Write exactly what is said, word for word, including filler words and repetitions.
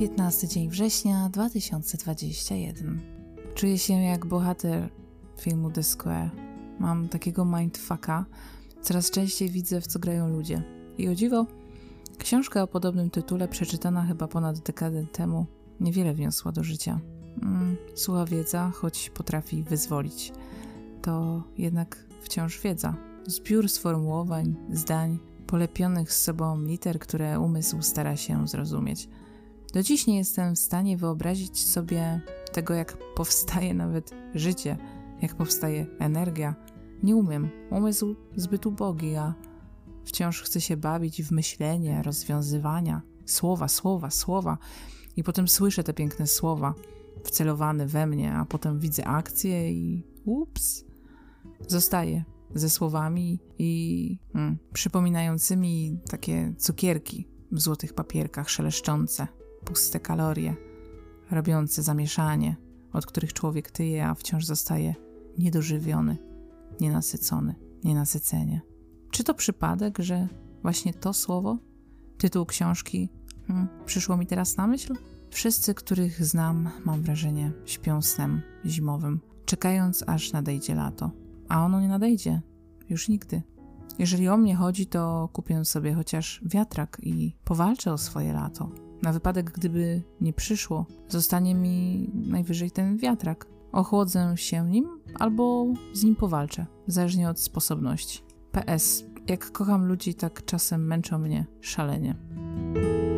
piętnasty dzień września dwa tysiące dwudziestego pierwszego. Czuję się jak bohater filmu The Square. Mam takiego mindfucka. Coraz częściej widzę, w co grają ludzie. I o dziwo, książka o podobnym tytule, przeczytana chyba ponad dekadę temu, niewiele wniosła do życia. Mm, sucha wiedza, choć potrafi wyzwolić. To jednak wciąż wiedza. Zbiór sformułowań, zdań, polepionych z sobą liter, które umysł stara się zrozumieć. Do dziś nie jestem w stanie wyobrazić sobie tego, jak powstaje nawet życie, jak powstaje energia. Nie umiem. Umysł zbyt ubogi, a wciąż chcę się bawić w myślenie, rozwiązywania. Słowa, słowa, słowa. I potem słyszę te piękne słowa wcelowane we mnie, a potem widzę akcję i ups, zostaję ze słowami i hmm, przypominającymi takie cukierki w złotych papierkach, szeleszczące, puste kalorie, robiące zamieszanie, od których człowiek tyje, a wciąż zostaje niedożywiony, nienasycony, nienasycenie. Czy to przypadek, że właśnie to słowo, tytuł książki, hmm, przyszło mi teraz na myśl? Wszyscy, których znam, mam wrażenie, śpią snem zimowym, czekając, aż nadejdzie lato. A ono nie nadejdzie. Już nigdy. Jeżeli o mnie chodzi, to kupię sobie chociaż wiatrak i powalczę o swoje lato. Na wypadek, gdyby nie przyszło, zostanie mi najwyżej ten wiatrak. Ochłodzę się nim albo z nim powalczę, zależnie od sposobności. P S. Jak kocham ludzi, tak czasem męczą mnie szalenie.